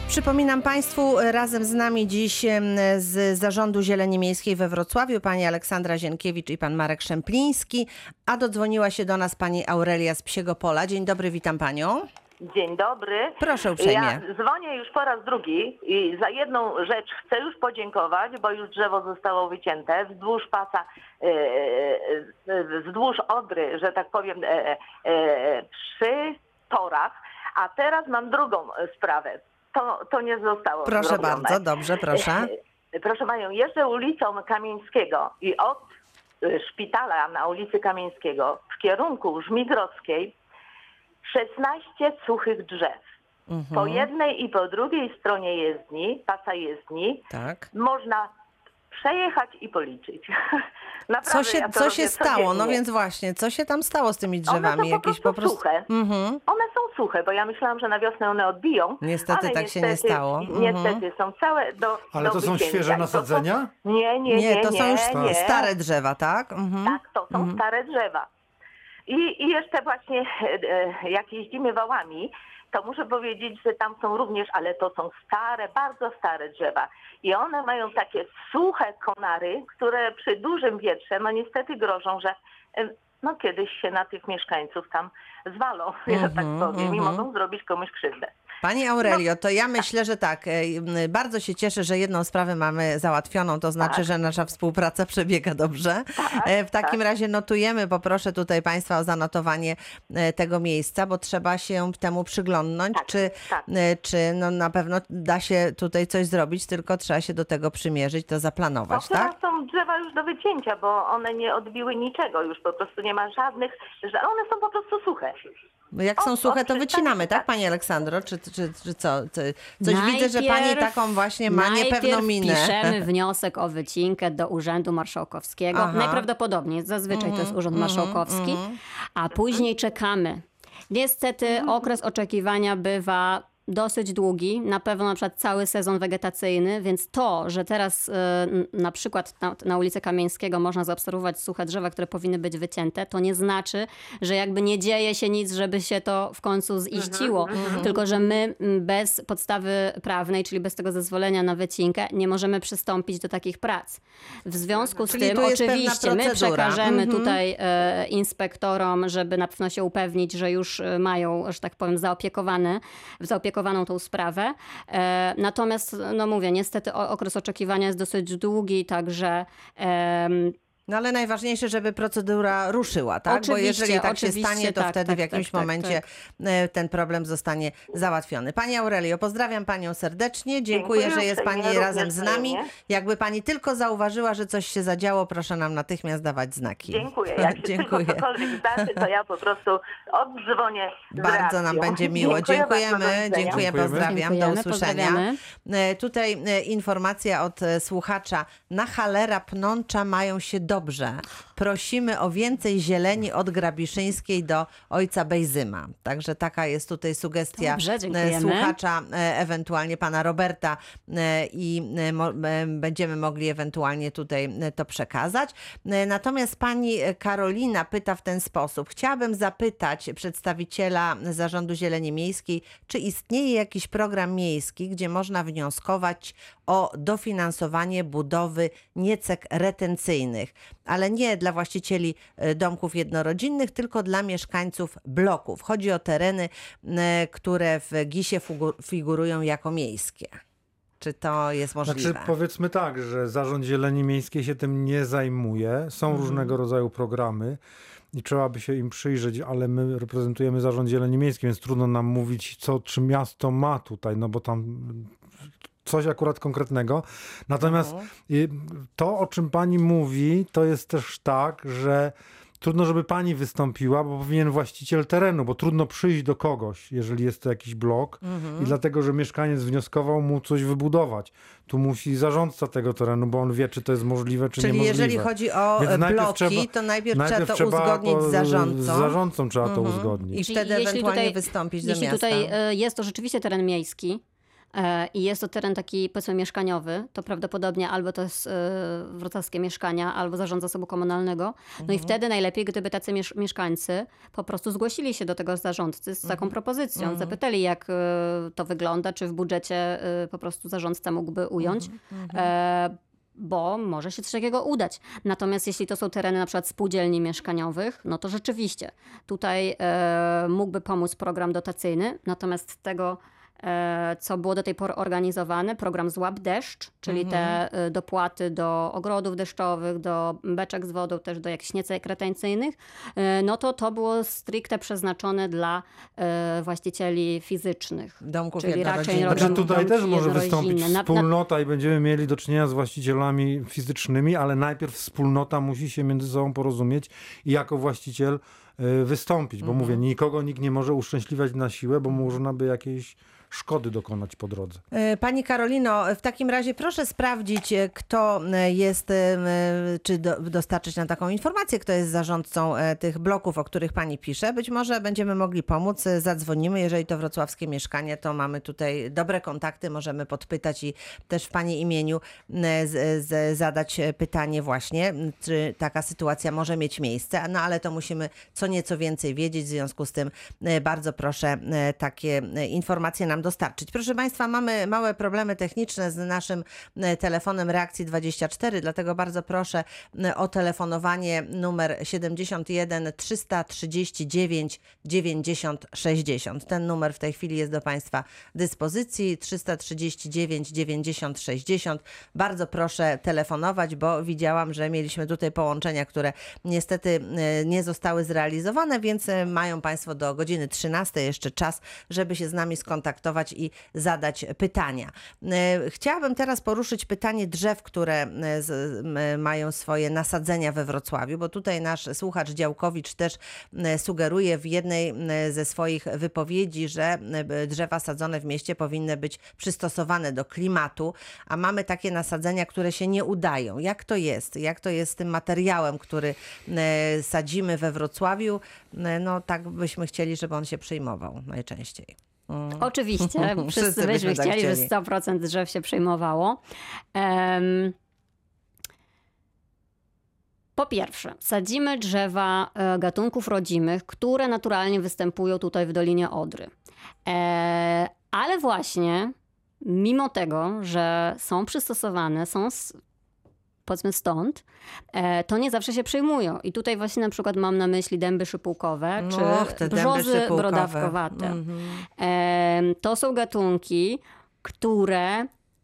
Przypominam Państwu, razem z nami dziś z Zarządu Zieleni Miejskiej we Wrocławiu pani Aleksandra Zienkiewicz i pan Marek Szempliński, a dodzwoniła się do nas pani Aurelia z Psiego Pola. Dzień dobry, witam panią. Dzień dobry. Proszę uprzejmie. Ja dzwonię już po raz drugi i za jedną rzecz chcę już podziękować, bo już drzewo zostało wycięte wzdłuż pasa, wzdłuż Odry, że tak powiem, przy torach. A teraz mam drugą sprawę. To nie zostało Proszę zrobione. bardzo, dobrze, proszę. Proszę panią, jeżdżę ulicą Kamieńskiego i od szpitala na ulicy Kamieńskiego w kierunku Żmigrodzkiej 16 suchych drzew. Po jednej i po drugiej stronie jezdni, pasa jezdni, Tak. można przejechać i policzyć. Naprawdę, Co się stało? No codziennie. więc właśnie, co się tam stało z tymi drzewami? One są po prostu suche. One są suche, bo ja myślałam, że na wiosnę one odbiją. Niestety ale tak się nie stało. Niestety są całe do Ale to są wycięcia. świeże I nasadzenia? Nie, to są już nie. stare drzewa, tak? Tak, to są stare drzewa. I jeszcze właśnie jak jeździmy wałami, to muszę powiedzieć, że tam są również, ale to są stare, bardzo stare drzewa. I one mają takie suche konary, które przy dużym wietrze, no niestety grożą, że no kiedyś się na tych mieszkańców tam zwalą, że tak powiem, i mogą zrobić komuś krzywdę. Pani Aurelio, to ja myślę, że tak, bardzo się cieszę, że jedną sprawę mamy załatwioną, to znaczy, że nasza współpraca przebiega dobrze. W takim razie notujemy, poproszę tutaj Państwa o zanotowanie tego miejsca, bo trzeba się temu przyglądnąć, czy no na pewno da się tutaj coś zrobić, tylko trzeba się do tego przymierzyć, to zaplanować, Teraz tak? są drzewa już do wycięcia, bo one nie odbiły niczego, już po prostu nie ma żadnych, że one są po prostu suche. Jak są suche, to wycinamy, tak, Pani Aleksandro? Czy co? Coś widzę, że Pani taką właśnie ma niepewną minę. Piszemy wniosek o wycinkę do Urzędu Marszałkowskiego. Aha. Najprawdopodobniej, zazwyczaj to jest Urząd Marszałkowski, a później czekamy. Niestety okres oczekiwania bywa dosyć długi, na pewno na przykład cały sezon wegetacyjny, więc to, że teraz na przykład na ulicy Kamieńskiego można zaobserwować suche drzewa, które powinny być wycięte, to nie znaczy, że jakby nie dzieje się nic, żeby się to w końcu ziściło, tylko że my bez podstawy prawnej, czyli bez tego zezwolenia na wycinkę, nie możemy przystąpić do takich prac. W związku z tym tu jest oczywiście pewna my procedura. przekażemy tutaj inspektorom, żeby na pewno się upewnić, że już mają, że tak powiem, zaopiekowaną tą sprawę. Natomiast, no mówię, niestety okres oczekiwania jest dosyć długi, także... No ale najważniejsze, żeby procedura ruszyła, tak? Bo jeżeli tak się stanie, to wtedy w jakimś momencie ten problem zostanie załatwiony. Pani Aurelio, pozdrawiam Panią serdecznie. Dziękuję, że jest Pani razem z nami. Jakby Pani tylko zauważyła, że coś się zadziało, proszę nam natychmiast dawać znaki. Dziękuję. Jak się tylko cokolwiek zdarzy, to ja po prostu oddzwonię z Bardzo nam będzie miło. Dziękujemy, pozdrawiam, do usłyszenia. Tutaj informacja od słuchacza. Na Halera Pnącza mają się dobrze. Prosimy o więcej zieleni od Grabiszyńskiej do ojca Bejzyma. Także taka jest tutaj sugestia słuchacza, ewentualnie pana Roberta i będziemy mogli ewentualnie tutaj to przekazać. Natomiast pani Karolina pyta w ten sposób. Chciałabym zapytać przedstawiciela Zarządu Zieleni Miejskiej, czy istnieje jakiś program miejski, gdzie można wnioskować o dofinansowanie budowy niecek retencyjnych, ale nie dla właścicieli domków jednorodzinnych, tylko dla mieszkańców bloków. Chodzi o tereny, które w GIS-ie figurują jako miejskie. Czy to jest możliwe? Znaczy, powiedzmy tak, że Zarząd Zieleni Miejskiej się tym nie zajmuje. Są różnego rodzaju programy i trzeba by się im przyjrzeć, ale my reprezentujemy Zarząd Zieleni Miejskiej, więc trudno nam mówić, czy miasto ma tutaj, no bo tam coś akurat konkretnego. Natomiast to, o czym pani mówi, to jest też tak, że trudno, żeby pani wystąpiła, bo powinien właściciel terenu, bo trudno przyjść do kogoś, jeżeli jest to jakiś blok i dlatego, że mieszkaniec wnioskował mu coś wybudować. Tu musi zarządca tego terenu, bo on wie, czy to jest możliwe, czy niemożliwe. Czyli jeżeli chodzi o bloki, to najpierw trzeba to uzgodnić z zarządcą. Z zarządcą trzeba to uzgodnić. I wtedy ewentualnie wystąpić do miasta. Jeśli tutaj jest to rzeczywiście teren miejski, i jest to teren taki, powiedzmy, mieszkaniowy, to prawdopodobnie albo to jest wrocławskie mieszkania, albo zarząd zasobu komunalnego. No i wtedy najlepiej, gdyby tacy mieszkańcy po prostu zgłosili się do tego zarządcy z taką propozycją. Zapytali, jak to wygląda, czy w budżecie po prostu zarządca mógłby ująć. Bo może się coś takiego udać. Natomiast jeśli to są tereny na przykład spółdzielni mieszkaniowych, no to rzeczywiście tutaj mógłby pomóc program dotacyjny. Natomiast tego, co było do tej pory organizowane, program Złap Deszcz, czyli te dopłaty do ogrodów deszczowych, do beczek z wodą, też do jakichś niecek retencyjnych, no to było stricte przeznaczone dla właścicieli fizycznych. Domków czyli raczej Znaczy tutaj też może wystąpić jednorodzinne. wspólnota i będziemy mieli do czynienia z właścicielami fizycznymi, ale najpierw wspólnota musi się między sobą porozumieć i jako właściciel wystąpić, bo mówię, nikt nie może uszczęśliwiać na siłę, bo można by jakiejś szkody dokonać po drodze. Pani Karolino, w takim razie proszę sprawdzić, kto jest, czy dostarczyć nam taką informację, kto jest zarządcą tych bloków, o których pani pisze. Być może będziemy mogli pomóc, zadzwonimy. Jeżeli to wrocławskie mieszkanie, to mamy tutaj dobre kontakty, możemy podpytać i też w pani imieniu zadać pytanie właśnie, czy taka sytuacja może mieć miejsce. No ale to musimy co nieco więcej wiedzieć, w związku z tym bardzo proszę takie informacje nam dostarczyć. Proszę Państwa, mamy małe problemy techniczne z naszym telefonem Reakcji 24, dlatego bardzo proszę o telefonowanie numer 71 339 90 60. Ten numer w tej chwili jest do Państwa dyspozycji, 339 90 60. Bardzo proszę telefonować, bo widziałam, że mieliśmy tutaj połączenia, które niestety nie zostały zrealizowane, więc mają Państwo do godziny 13 jeszcze czas, żeby się z nami skontaktować i zadać pytania. Chciałabym teraz poruszyć pytanie drzew, które mają swoje nasadzenia we Wrocławiu, bo tutaj nasz słuchacz Działkowicz też sugeruje w jednej ze swoich wypowiedzi, że drzewa sadzone w mieście powinny być przystosowane do klimatu, a mamy takie nasadzenia, które się nie udają. Jak to jest? Jak to jest z tym materiałem, który sadzimy we Wrocławiu? No tak byśmy chcieli, żeby on się przyjmował najczęściej. Oczywiście, wszyscy byśmy chcieli, żeby 100% drzew się przyjmowało. Po pierwsze, sadzimy drzewa gatunków rodzimych, które naturalnie występują tutaj w Dolinie Odry. Ale właśnie, mimo tego, że są przystosowane, powiedzmy stąd, to nie zawsze się przyjmują. I tutaj właśnie na przykład mam na myśli dęby szypułkowe, czy brzozy brodawkowate. To są gatunki, które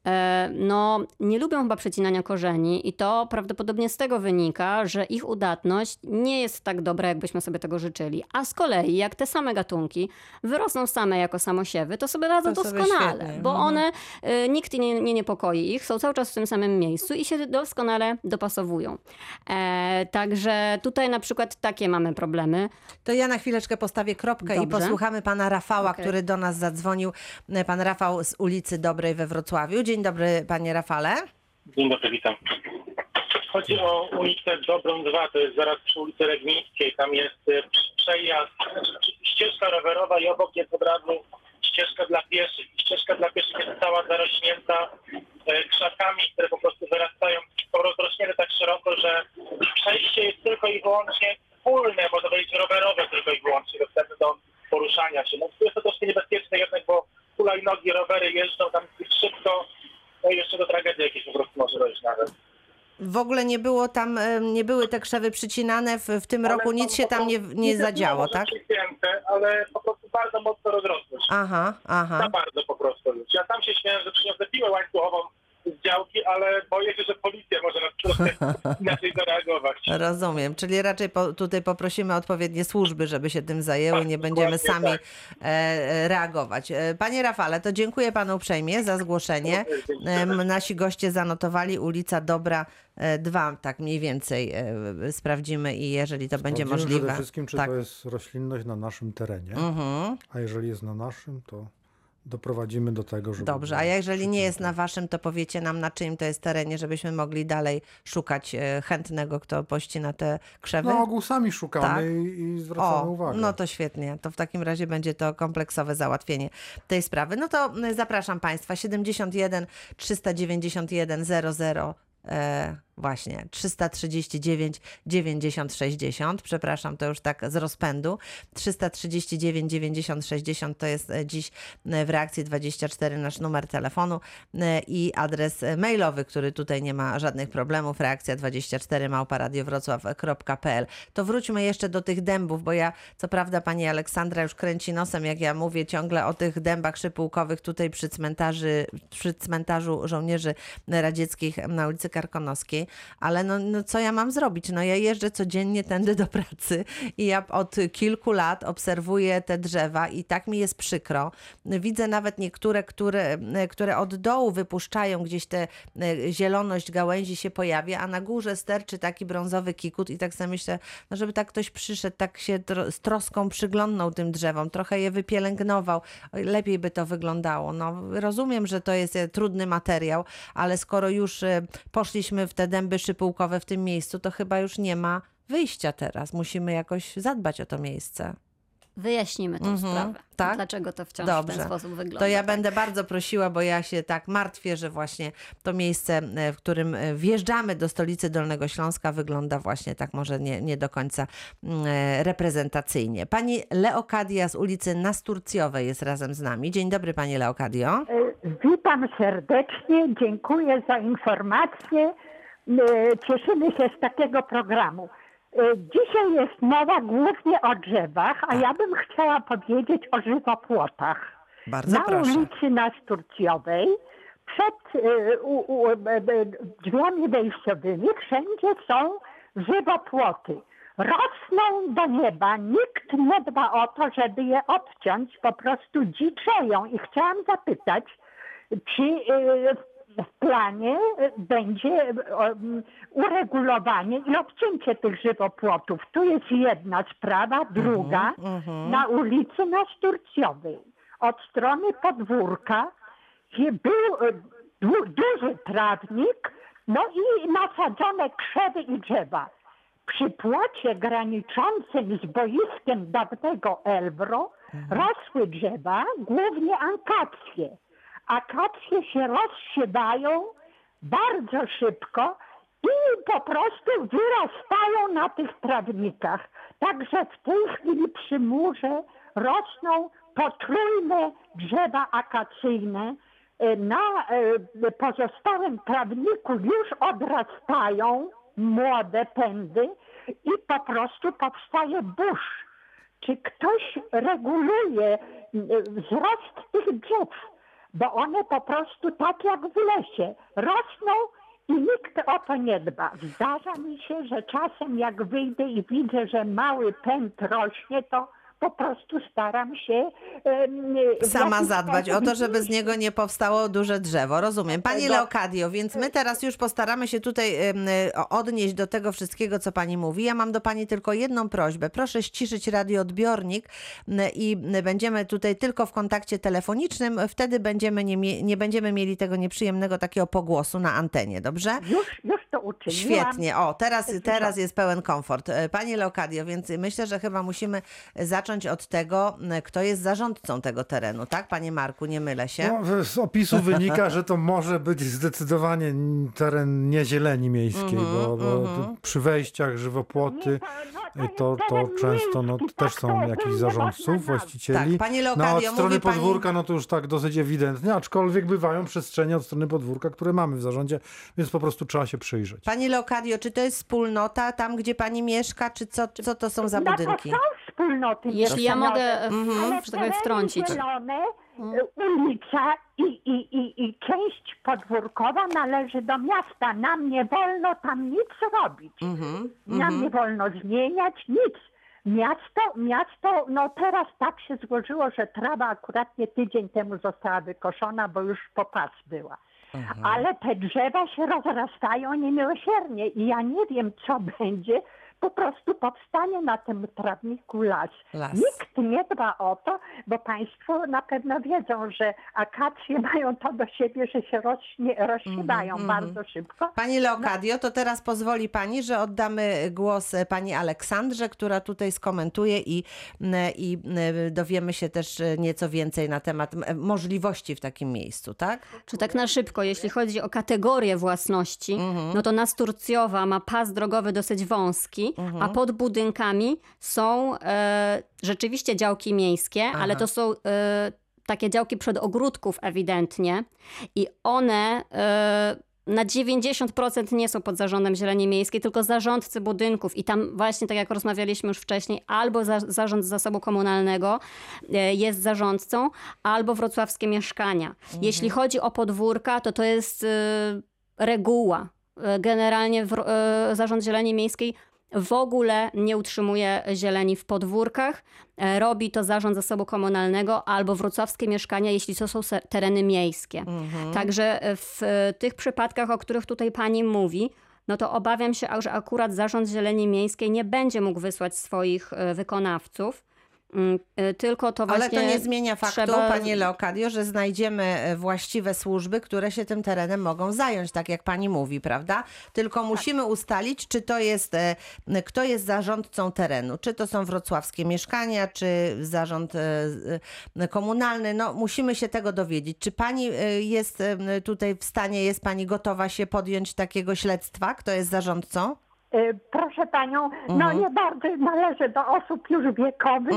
nie lubią chyba przecinania korzeni i to prawdopodobnie z tego wynika, że ich udatność nie jest tak dobra, jakbyśmy sobie tego życzyli. A z kolei, jak te same gatunki wyrosną same jako samosiewy, to sobie radzą doskonale, bo one, nikt nie niepokoi ich, są cały czas w tym samym miejscu i się doskonale dopasowują. Także tutaj na przykład takie mamy problemy. To ja na chwileczkę postawię kropkę i posłuchamy pana Rafała, który do nas zadzwonił. Pan Rafał z ulicy Dobrej we Wrocławiu. Dzień dobry, panie Rafale. Dzień dobry, witam. Chodzi o ulicę Dobrą 2, to jest zaraz przy ulicy Legnickiej. Tam jest przejazd, ścieżka rowerowa i obok jest od razu ścieżka dla pieszych. Ścieżka dla pieszych jest cała zarośnięta krzakami, które po prostu wyrastają, rozrośnięte tak szeroko, że przejście jest tylko i wyłącznie wspólne, można powiedzieć rowerowe tylko i wyłącznie, dostępne do poruszania się. No, jest to troszkę niebezpieczne jednak, bo hulajnogi, rowery jeżdżą tam szybko, no i jeszcze do tragedii jakieś po prostu może dojść nawet. W ogóle nie były te krzewy przycinane w tym roku, nic się tam nie zadziało, tak? Przycięte, ale po prostu bardzo mocno rozrosły się. Aha. Za bardzo po prostu już. Ja tam się śmiałem, że przyniosę piłę łańcuchową z działki, ale boję się, że policja może nas trochę inaczej zareagować. Rozumiem, czyli raczej tutaj poprosimy odpowiednie służby, żeby się tym zajęły, nie będziemy sami reagować. Panie Rafale, to dziękuję panu uprzejmie za zgłoszenie. Nasi goście zanotowali ulica Dobra 2, tak mniej więcej sprawdzimy i jeżeli to będzie możliwe. Przede wszystkim, czy to jest roślinność na naszym terenie, a jeżeli jest na naszym, to doprowadzimy do tego, żeby... Dobrze, a jeżeli nie jest na waszym, to powiecie nam, na czyim to jest terenie, żebyśmy mogli dalej szukać chętnego, kto pościna te krzewy? Na ogół sami szukamy Tak. i zwracamy uwagę. No to świetnie. To w takim razie będzie to kompleksowe załatwienie tej sprawy. No to zapraszam Państwa. 71 391 00 właśnie 339 90 60. Przepraszam, to już tak z rozpędu. 339 90 60 to jest dziś w Reakcji 24 nasz numer telefonu i adres mailowy, który tutaj nie ma żadnych problemów. reakcja24@radiowrocław.pl. To wróćmy jeszcze do tych dębów, bo ja, co prawda, pani Aleksandra już kręci nosem, jak ja mówię ciągle o tych dębach szypułkowych tutaj przy cmentarzu żołnierzy radzieckich na ulicy Karkonoskiej. Ale no co ja mam zrobić? No ja jeżdżę codziennie tędy do pracy i ja od kilku lat obserwuję te drzewa i tak mi jest przykro. Widzę nawet niektóre, które od dołu wypuszczają, gdzieś te zieloność gałęzi się pojawia, a na górze sterczy taki brązowy kikut i tak sobie myślę, no żeby tak ktoś przyszedł, tak się z troską przyglądnął tym drzewom, trochę je wypielęgnował, lepiej by to wyglądało. No rozumiem, że to jest trudny materiał, ale skoro już poszliśmy w te dęby szypułkowe w tym miejscu, to chyba już nie ma wyjścia teraz. Musimy jakoś zadbać o to miejsce. Wyjaśnimy tę sprawę. Tak? Dlaczego to wciąż w ten sposób wygląda. To ja będę bardzo prosiła, bo ja się tak martwię, że właśnie to miejsce, w którym wjeżdżamy do stolicy Dolnego Śląska, wygląda właśnie tak może nie do końca reprezentacyjnie. Pani Leokadia z ulicy Nasturcjowej jest razem z nami. Dzień dobry, pani Leokadio. Witam serdecznie, dziękuję za informację. Cieszymy się z takiego programu. Dzisiaj jest mowa głównie o drzewach, a ja bym chciała powiedzieć o żywopłotach. Bardzo proszę. Na ulicy Nasturcjowej, przed drzwiami wejściowymi, wszędzie są żywopłoty. Rosną do nieba, nikt nie dba o to, żeby je odciąć, po prostu dziczeją. I chciałam zapytać, czy w planie będzie uregulowanie i odcięcie tych żywopłotów. Tu jest jedna sprawa, druga na ulicy Nasturcjowej. Od strony podwórka był duży trawnik, no i nasadzone krzewy i drzewa. Przy płocie graniczącym z boiskiem dawnego Elbro rosły drzewa, głównie akacje. Akacje się rozsiewają bardzo szybko i po prostu wyrastają na tych trawnikach. Także w tej chwili przy murze rosną potrójne drzewa akacyjne. Na pozostałym trawniku już odrastają młode pędy i po prostu powstaje burz. Czy ktoś reguluje wzrost tych drzew? Bo one po prostu tak jak w lesie rosną i nikt o to nie dba. Zdarza mi się, że czasem jak wyjdę i widzę, że mały pęd rośnie, to po prostu staram się sama zadbać o to, żeby z niego nie powstało duże drzewo. Rozumiem. Pani Leokadio, więc my teraz już postaramy się tutaj odnieść do tego wszystkiego, co pani mówi. Ja mam do pani tylko jedną prośbę. Proszę ściszyć radioodbiornik i będziemy tutaj tylko w kontakcie telefonicznym. Wtedy nie będziemy mieli tego nieprzyjemnego takiego pogłosu na antenie. Dobrze? Już to uczyniłam. Świetnie. O, teraz jest pełen komfort. Pani Leokadio, więc myślę, że chyba musimy zacząć od tego, kto jest zarządcą tego terenu, tak? Panie Marku, nie mylę się? No, z opisu wynika, że to może być zdecydowanie teren nie zieleni miejskiej, bo przy wejściach żywopłoty to często też są jakichś zarządców, właścicieli. Tak, pani Leokadio, od strony mówi podwórka to już tak dosyć ewidentnie, aczkolwiek bywają przestrzenie od strony podwórka, które mamy w zarządzie, więc po prostu trzeba się przyjrzeć. Pani Leokadio, czy to jest wspólnota tam, gdzie pani mieszka, czy co to są za budynki? To są wspólnoty. Jeśli ja mogę wtrącić. Zielone, ulica i część podwórkowa należy do miasta. Nam nie wolno tam nic robić. Nam nie wolno zmieniać nic. Miasto, no teraz tak się złożyło, że trawa akurat tydzień temu została wykoszona, bo już po pas była. Ale te drzewa się rozrastają niemiłosiernie i ja nie wiem, co będzie. po prostu powstanie na tym trawniku las. Nikt nie dba o to, bo państwo na pewno wiedzą, że akacje mają to do siebie, że się rozsiadają bardzo szybko. Pani Leokadio, to teraz pozwoli pani, że oddamy głos pani Aleksandrze, która tutaj skomentuje i dowiemy się też nieco więcej na temat możliwości w takim miejscu, tak? Czy tak na szybko, jeśli chodzi o kategorię własności, no to Nasturcjowa ma pas drogowy dosyć wąski, a pod budynkami są rzeczywiście działki miejskie, ale to są takie działki przedogródków ewidentnie i one na 90% nie są pod zarządem Zieleni Miejskiej, tylko zarządcy budynków. I tam właśnie, tak jak rozmawialiśmy już wcześniej, albo zarząd zasobu komunalnego jest zarządcą, albo wrocławskie mieszkania. Jeśli chodzi o podwórka, to jest reguła. Generalnie zarząd Zieleni Miejskiej w ogóle nie utrzymuje zieleni w podwórkach. Robi to zarząd zasobu komunalnego albo wrocławskie mieszkania, jeśli to są tereny miejskie. Także w tych przypadkach, o których tutaj pani mówi, no to obawiam się, że akurat zarząd Zieleni Miejskiej nie będzie mógł wysłać swoich wykonawców. Tylko to właśnie. Ale to nie zmienia faktu, Panie Leokadio, że znajdziemy właściwe służby, które się tym terenem mogą zająć, tak jak pani mówi, prawda? Tylko musimy ustalić, czy to jest, kto jest zarządcą terenu. Czy to są wrocławskie mieszkania, czy zarząd komunalny. No, musimy się tego dowiedzieć. Czy pani jest tutaj w stanie, jest pani gotowa się podjąć takiego śledztwa? Kto jest zarządcą? Proszę panią, no nie bardzo należy do osób już wiekowych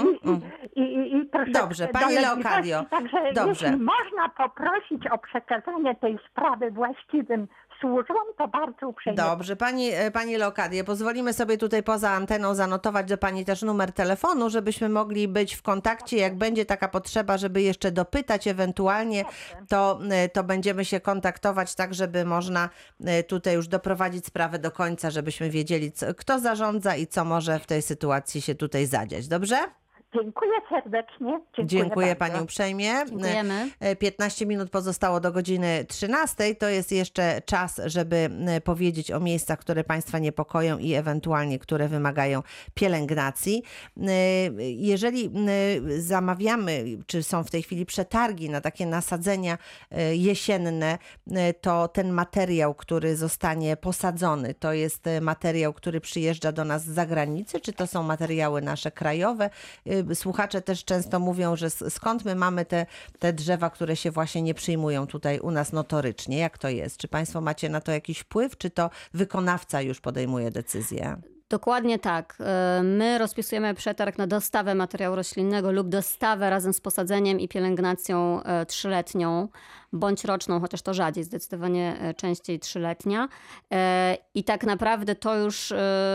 i proszę. Dobrze, pani Leokadio. Także jeśli można poprosić o przekazanie tej sprawy właściwym służbom, to bardzo uprzejmie. Dobrze, pani Leokadio, pozwolimy sobie tutaj poza anteną zanotować do pani też numer telefonu, żebyśmy mogli być w kontakcie. Jak będzie taka potrzeba, żeby jeszcze dopytać ewentualnie, to będziemy się kontaktować tak, żeby można tutaj już doprowadzić sprawę do końca, żebyśmy wiedzieli, kto zarządza i co może w tej sytuacji się tutaj zadziać. Dobrze? Dziękuję serdecznie. Dziękuję pani uprzejmie. Dziękujemy. 15 minut pozostało do godziny 13. To jest jeszcze czas, żeby powiedzieć o miejscach, które państwa niepokoją i ewentualnie, które wymagają pielęgnacji. Jeżeli zamawiamy, czy są w tej chwili przetargi na takie nasadzenia jesienne, to ten materiał, który zostanie posadzony, to jest materiał, który przyjeżdża do nas z zagranicy, czy to są materiały nasze krajowe? Słuchacze też często mówią, że skąd my mamy te drzewa, które się właśnie nie przyjmują tutaj u nas notorycznie. Jak to jest? Czy państwo macie na to jakiś wpływ, czy to wykonawca już podejmuje decyzję? Dokładnie tak. My rozpisujemy przetarg na dostawę materiału roślinnego lub dostawę razem z posadzeniem i pielęgnacją 3-letnią bądź roczną, chociaż to rzadziej, zdecydowanie częściej 3-letnia. I tak naprawdę to już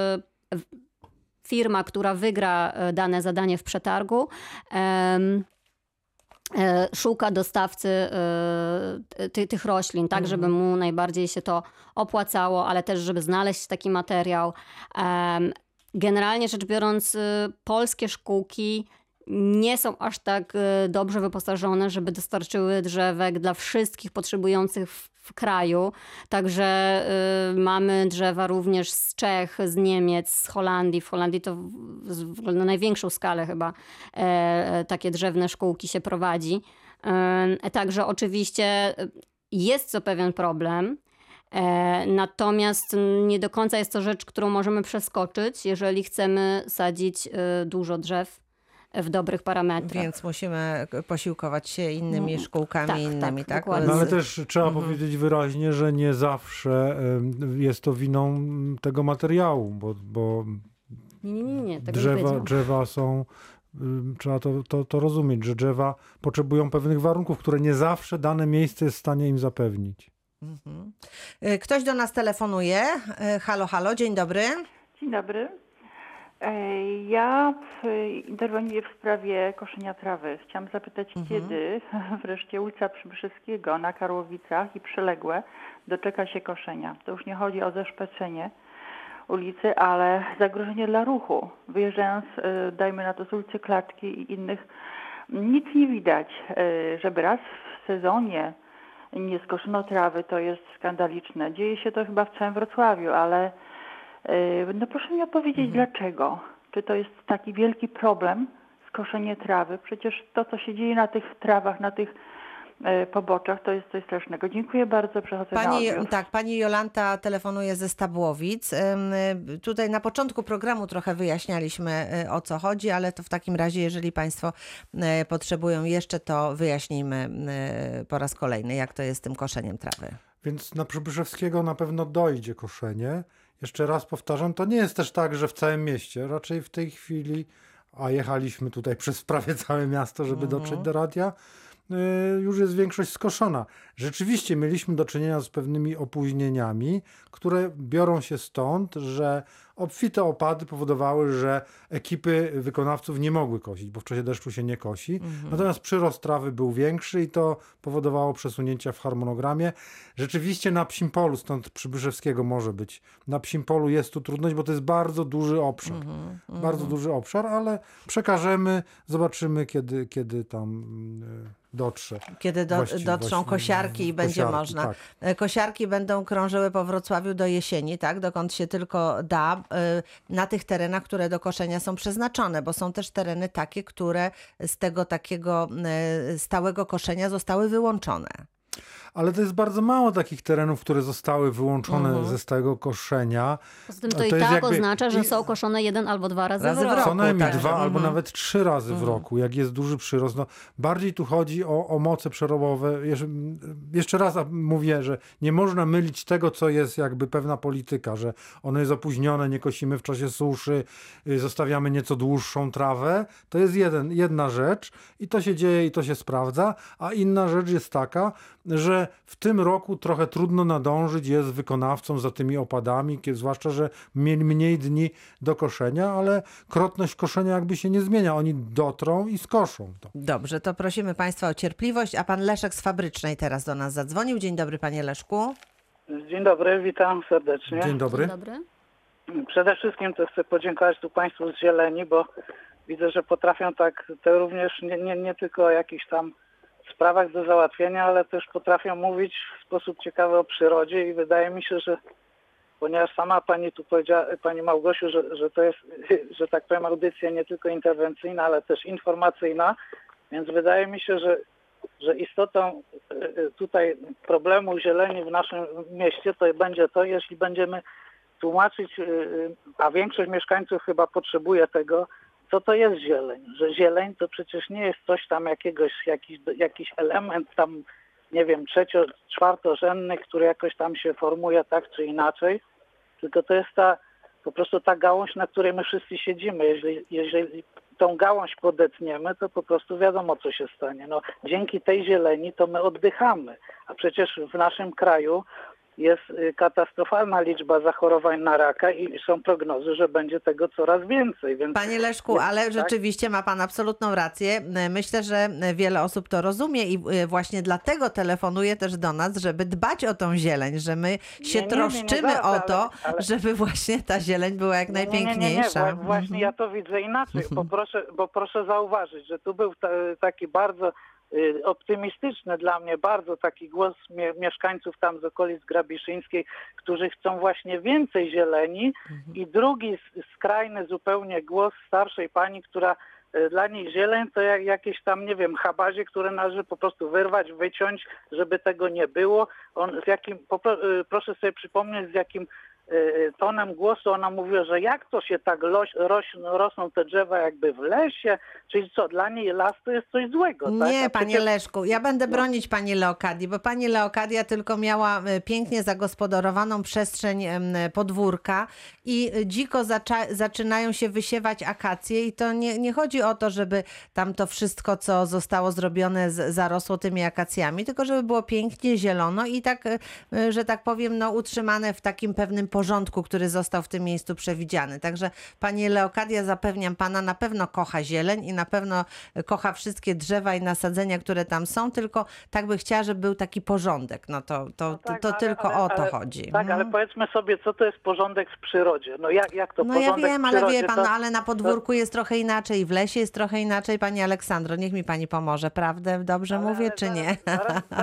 firma, która wygra dane zadanie w przetargu, szuka dostawcy tych roślin, tak, żeby mu najbardziej się to opłacało, ale też, żeby znaleźć taki materiał. Generalnie rzecz biorąc, polskie szkółki nie są aż tak dobrze wyposażone, żeby dostarczyły drzewek dla wszystkich potrzebujących w kraju. Także mamy drzewa również z Czech, z Niemiec, z Holandii. W Holandii to na największą skalę chyba takie drzewne szkółki się prowadzi. Także oczywiście jest to pewien problem. Natomiast nie do końca jest to rzecz, którą możemy przeskoczyć, jeżeli chcemy sadzić dużo drzew w dobrych parametrach. Więc musimy posiłkować się innymi szkółkami, innymi, tak? No, ale też trzeba powiedzieć wyraźnie, że nie zawsze jest to winą tego materiału, bo Nie, tego drzewa są, trzeba to rozumieć, że drzewa potrzebują pewnych warunków, które nie zawsze dane miejsce jest w stanie im zapewnić. Ktoś do nas telefonuje. Halo, halo, dzień dobry. Dzień dobry. Ja interweniuję w sprawie koszenia trawy. Chciałam zapytać, kiedy wreszcie ulica Przybrzewskiego na Karłowicach i przyległe doczeka się koszenia. To już nie chodzi o zeszpecenie ulicy, ale zagrożenie dla ruchu. Wyjeżdżając, dajmy na to z ulicy Klatki i innych, nic nie widać. Żeby raz w sezonie nie skoszono trawy, to jest skandaliczne. Dzieje się to chyba w całym Wrocławiu, ale No proszę mi opowiedzieć dlaczego. Czy to jest taki wielki problem, skoszenie trawy? Przecież to, co się dzieje na tych trawach, na tych poboczach, to jest coś strasznego. Dziękuję bardzo, przechodzę na odbiór. Tak, pani Jolanta telefonuje ze Stabłowic. Tutaj na początku programu trochę wyjaśnialiśmy, o co chodzi, ale to w takim razie, jeżeli państwo potrzebują jeszcze, to wyjaśnijmy po raz kolejny, jak to jest z tym koszeniem trawy. Więc na Przybyszewskiego na pewno dojdzie koszenie. Jeszcze raz powtarzam, to nie jest też tak, że w całym mieście, raczej w tej chwili, a jechaliśmy tutaj przez prawie całe miasto, żeby dotrzeć do radia, już jest większość skoszona. Rzeczywiście mieliśmy do czynienia z pewnymi opóźnieniami, które biorą się stąd, że obfite opady powodowały, że ekipy wykonawców nie mogły kosić, bo w czasie deszczu się nie kosi. Natomiast przyrost trawy był większy i to powodowało przesunięcia w harmonogramie. Rzeczywiście na Psim Polu, stąd Przybyszewskiego może być. Na Psim Polu jest tu trudność, bo to jest bardzo duży obszar. Bardzo duży obszar, ale przekażemy, zobaczymy, kiedy tam dotrze. Kiedy dotrzą kosiarki i będzie można. Tak. Kosiarki będą krążyły po Wrocławiu do jesieni, tak? Dokąd się tylko da, na tych terenach, które do koszenia są przeznaczone, bo są też tereny takie, które z tego takiego stałego koszenia zostały wyłączone. Ale to jest bardzo mało takich terenów, które zostały wyłączone ze stałego koszenia. Poza tym to i tak oznacza, że są koszone 1 albo 2 razy w roku. Co najmniej 2 albo nawet 3 razy w roku, jak jest duży przyrost. No, bardziej tu chodzi o moce przerobowe. Jeszcze raz mówię, że nie można mylić tego, co jest jakby pewna polityka, że ono jest opóźnione, nie kosimy w czasie suszy, zostawiamy nieco dłuższą trawę. To jest jedna rzecz i to się dzieje i to się sprawdza, a inna rzecz jest taka, że w tym roku trochę trudno nadążyć jest wykonawcom za tymi opadami, zwłaszcza, że mieli mniej dni do koszenia, ale krotność koszenia jakby się nie zmienia. Oni dotrą i skoszą to. Dobrze, to prosimy państwa o cierpliwość, a pan Leszek z Fabrycznej teraz do nas zadzwonił. Dzień dobry, panie Leszku. Dzień dobry, witam serdecznie. Dzień dobry. Dzień dobry. Przede wszystkim to chcę podziękować tu państwu z Zieleni, bo widzę, że potrafią tak, to również nie tylko o jakichś tam sprawach do załatwienia, ale też potrafią mówić w sposób ciekawy o przyrodzie i wydaje mi się, że ponieważ sama pani tu powiedziała, pani Małgosiu, że to jest, że tak powiem, audycja nie tylko interwencyjna, ale też informacyjna, więc wydaje mi się, że istotą tutaj problemu zieleni w naszym mieście to będzie to, jeśli będziemy tłumaczyć, a większość mieszkańców chyba potrzebuje tego, co to jest zieleń. Że zieleń to przecież nie jest coś tam jakiś element tam, nie wiem, czwartorzędny, który jakoś tam się formuje tak czy inaczej, tylko to jest po prostu ta gałąź, na której my wszyscy siedzimy. Jeżeli tą gałąź podetniemy, to po prostu wiadomo, co się stanie. No, dzięki tej zieleni to my oddychamy, a przecież w naszym kraju jest katastrofalna liczba zachorowań na raka i są prognozy, że będzie tego coraz więcej. Więc panie Leszku, ale rzeczywiście ma pan absolutną rację. Myślę, że wiele osób to rozumie i właśnie dlatego telefonuje też do nas, żeby dbać o tą zieleń, że my się troszczymy o to, żeby właśnie ta zieleń była jak najpiękniejsza. Właśnie ja to widzę inaczej, bo proszę zauważyć, że tu był taki bardzo optymistyczny dla mnie bardzo taki głos mieszkańców tam z okolic Grabiszyńskiej, którzy chcą właśnie więcej zieleni i drugi skrajny zupełnie głos starszej pani, która dla niej zieleń to jakieś tam, nie wiem, chabazie, które należy po prostu wyrwać, wyciąć, żeby tego nie było. Proszę sobie przypomnieć, z jakim tonem głosu ona mówiła, że jak to się tak rosną te drzewa jakby w lesie, czyli co, dla niej las to jest coś złego. Nie, tak? Panie Leszku, ja będę bronić pani Leokadii, bo pani Leokadia tylko miała pięknie zagospodarowaną przestrzeń podwórka i dziko zaczynają się wysiewać akacje i to nie chodzi o to, żeby tam to wszystko, co zostało zrobione zarosło tymi akacjami, tylko żeby było pięknie zielono i tak, że tak powiem, no, utrzymane w takim pewnym porządku, który został w tym miejscu przewidziany. Także pani Leokadia, zapewniam pana, na pewno kocha zieleń i na pewno kocha wszystkie drzewa i nasadzenia, które tam są, tylko tak by chciała, żeby był taki porządek. No to tylko o to chodzi. Tak, ale powiedzmy sobie, co to jest porządek w przyrodzie. No jak to porządek ja wiem, w przyrodzie? Ale wie pan, ale na podwórku jest trochę inaczej, w lesie jest trochę inaczej. Pani Aleksandro, niech mi pani pomoże, prawdę? Dobrze mówię, czy nie? Ale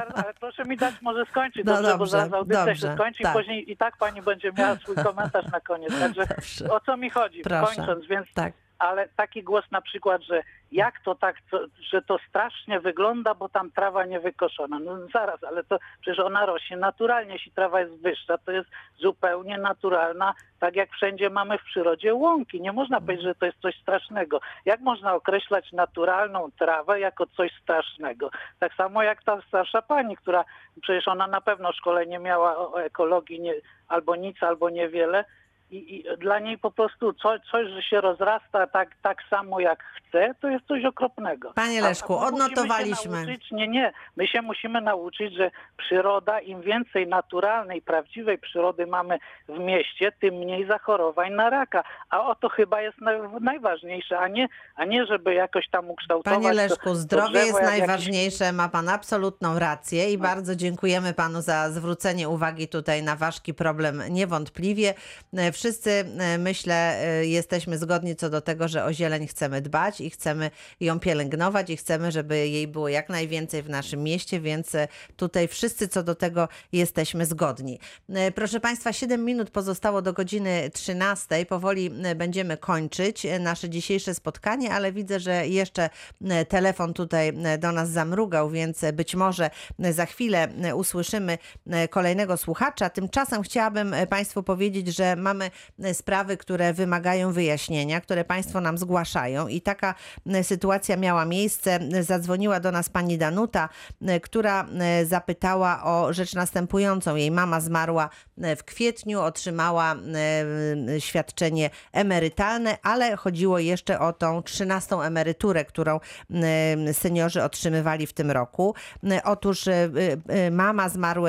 proszę mi dać może skończyć, No dobrze, bo dobrze, zaraz audycja się dobrze, skończy tak. i później i tak pani będzie miała swój komentarz na koniec. Także Dobrze. o co mi chodzi? Proszę. Kończąc, więc Tak. ale taki głos na przykład, że jak to tak, że to strasznie wygląda, bo tam trawa nie wykoszona. No zaraz, ale to przecież ona rośnie naturalnie, jeśli trawa jest wyższa, to jest zupełnie naturalna, tak jak wszędzie mamy w przyrodzie łąki. Nie można powiedzieć, że to jest coś strasznego. Jak można określać naturalną trawę jako coś strasznego? Tak samo jak ta starsza pani, która przecież ona na pewno w szkole nie miała o ekologii albo nic, albo niewiele. I dla niej po prostu coś, że się rozrasta tak samo jak chce, to jest coś okropnego. Panie Leszku, my odnotowaliśmy. musimy się nauczyć, my się musimy nauczyć, że przyroda, im więcej naturalnej, prawdziwej przyrody mamy w mieście, tym mniej zachorowań na raka. A o to chyba jest najważniejsze, a nie żeby jakoś tam ukształtować. Panie Leszku, zdrowie jest jak najważniejsze, ma pan absolutną rację i bardzo dziękujemy panu za zwrócenie uwagi tutaj na ważki problem niewątpliwie. Wszyscy, myślę, jesteśmy zgodni co do tego, że o zieleń chcemy dbać i chcemy ją pielęgnować i chcemy, żeby jej było jak najwięcej w naszym mieście, więc tutaj wszyscy co do tego jesteśmy zgodni. Proszę państwa, 7 minut pozostało do godziny 13. Powoli będziemy kończyć nasze dzisiejsze spotkanie, ale widzę, że jeszcze telefon tutaj do nas zamrugał, więc być może za chwilę usłyszymy kolejnego słuchacza. Tymczasem chciałabym państwu powiedzieć, że mamy sprawy, które wymagają wyjaśnienia, które państwo nam zgłaszają i taka sytuacja miała miejsce. Zadzwoniła do nas pani Danuta, która zapytała o rzecz następującą. Jej mama zmarła w kwietniu, otrzymała świadczenie emerytalne, ale chodziło jeszcze o tą 13. emeryturę, którą seniorzy otrzymywali w tym roku. Otóż mama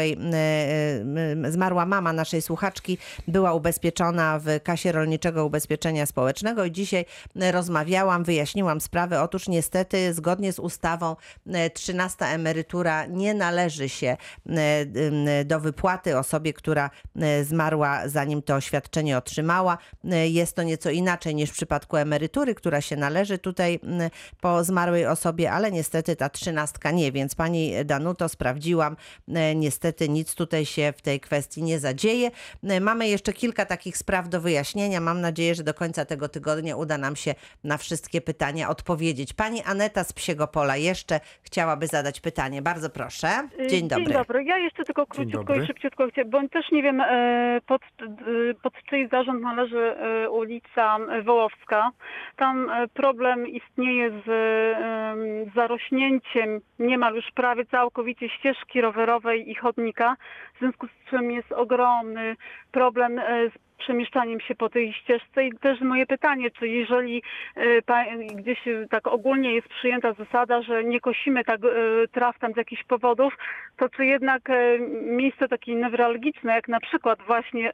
zmarła mama naszej słuchaczki była ubezpieczona w Kasie Rolniczego Ubezpieczenia Społecznego i dzisiaj rozmawiałam, wyjaśniłam sprawę. Otóż niestety zgodnie z ustawą 13. emerytura nie należy się do wypłaty osobie, która zmarła zanim to świadczenie otrzymała. Jest to nieco inaczej niż w przypadku emerytury, która się należy tutaj po zmarłej osobie, ale niestety ta 13 nie, więc pani Danuto, sprawdziłam, niestety nic tutaj się w tej kwestii nie zadzieje. Mamy jeszcze kilka takich spraw do wyjaśnienia. Mam nadzieję, że do końca tego tygodnia uda nam się na wszystkie pytania odpowiedzieć. Pani Aneta z Psiego Pola jeszcze chciałaby zadać pytanie. Bardzo proszę. Dzień dobry. Dzień dobry. Ja jeszcze tylko króciutko i szybciutko, bo też nie wiem, pod czyj zarząd należy ulica Wołowska. Tam problem istnieje z zarośnięciem niemal już prawie całkowicie ścieżki rowerowej i chodnika, w związku z czym jest ogromny problem z przemieszczaniem się po tej ścieżce i też moje pytanie, czy jeżeli gdzieś tak ogólnie jest przyjęta zasada, że nie kosimy tak traw tam z jakichś powodów, to czy jednak miejsce takie newralgiczne, jak na przykład właśnie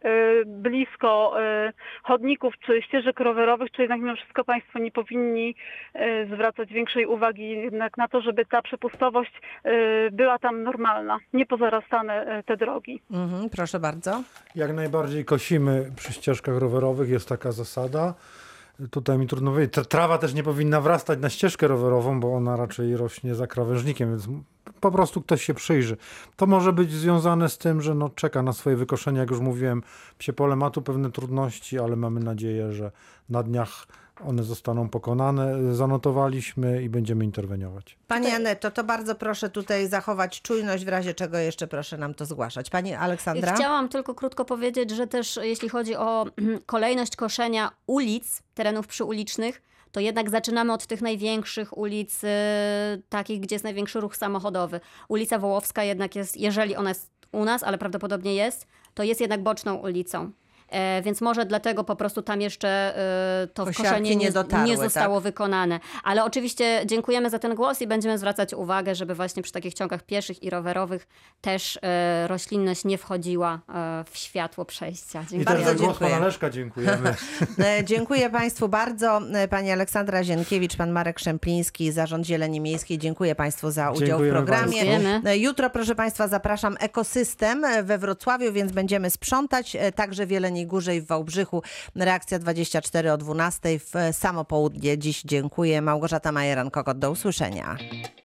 blisko chodników czy ścieżek rowerowych, czy jednak mimo wszystko państwo nie powinni zwracać większej uwagi jednak na to, żeby ta przepustowość była tam normalna, nie pozarastane te drogi. Proszę bardzo. Jak najbardziej kosimy przy ścieżkach rowerowych, jest taka zasada. Tutaj mi trudno powiedzieć. Trawa też nie powinna wrastać na ścieżkę rowerową, bo ona raczej rośnie za krawężnikiem, więc po prostu ktoś się przyjrzy. To może być związane z tym, że czeka na swoje wykoszenie. Jak już mówiłem, Psie Pole ma tu pewne trudności, ale mamy nadzieję, że na dniach one zostaną pokonane. Zanotowaliśmy i będziemy interweniować. Pani Aneto, to bardzo proszę tutaj zachować czujność, w razie czego jeszcze proszę nam to zgłaszać. Pani Aleksandra? Chciałam tylko krótko powiedzieć, że też jeśli chodzi o kolejność koszenia ulic, terenów przyulicznych, to jednak zaczynamy od tych największych ulic, takich, gdzie jest największy ruch samochodowy. Ulica Wołowska jednak jest, jeżeli ona jest u nas, ale prawdopodobnie jest, to jest jednak boczną ulicą. Więc może dlatego po prostu tam jeszcze to koszenie nie zostało wykonane. Ale oczywiście dziękujemy za ten głos i będziemy zwracać uwagę, żeby właśnie przy takich ciągach pieszych i rowerowych też roślinność nie wchodziła w światło przejścia. I też za głos pana Leszka dziękujemy. Dziękuję państwu bardzo. Pani Aleksandra Zienkiewicz, pan Marek Szempliński, Zarząd Zieleni Miejskiej. Dziękuję państwu za udział w programie. Jutro, proszę państwa, zapraszam Ekosystem we Wrocławiu, więc będziemy sprzątać. Także w Jeleniej Górze i w Wałbrzychu. Reakcja 24 o 12 w samo południe. Dziś dziękuję. Małgorzata Majeran-Kokot. Do usłyszenia.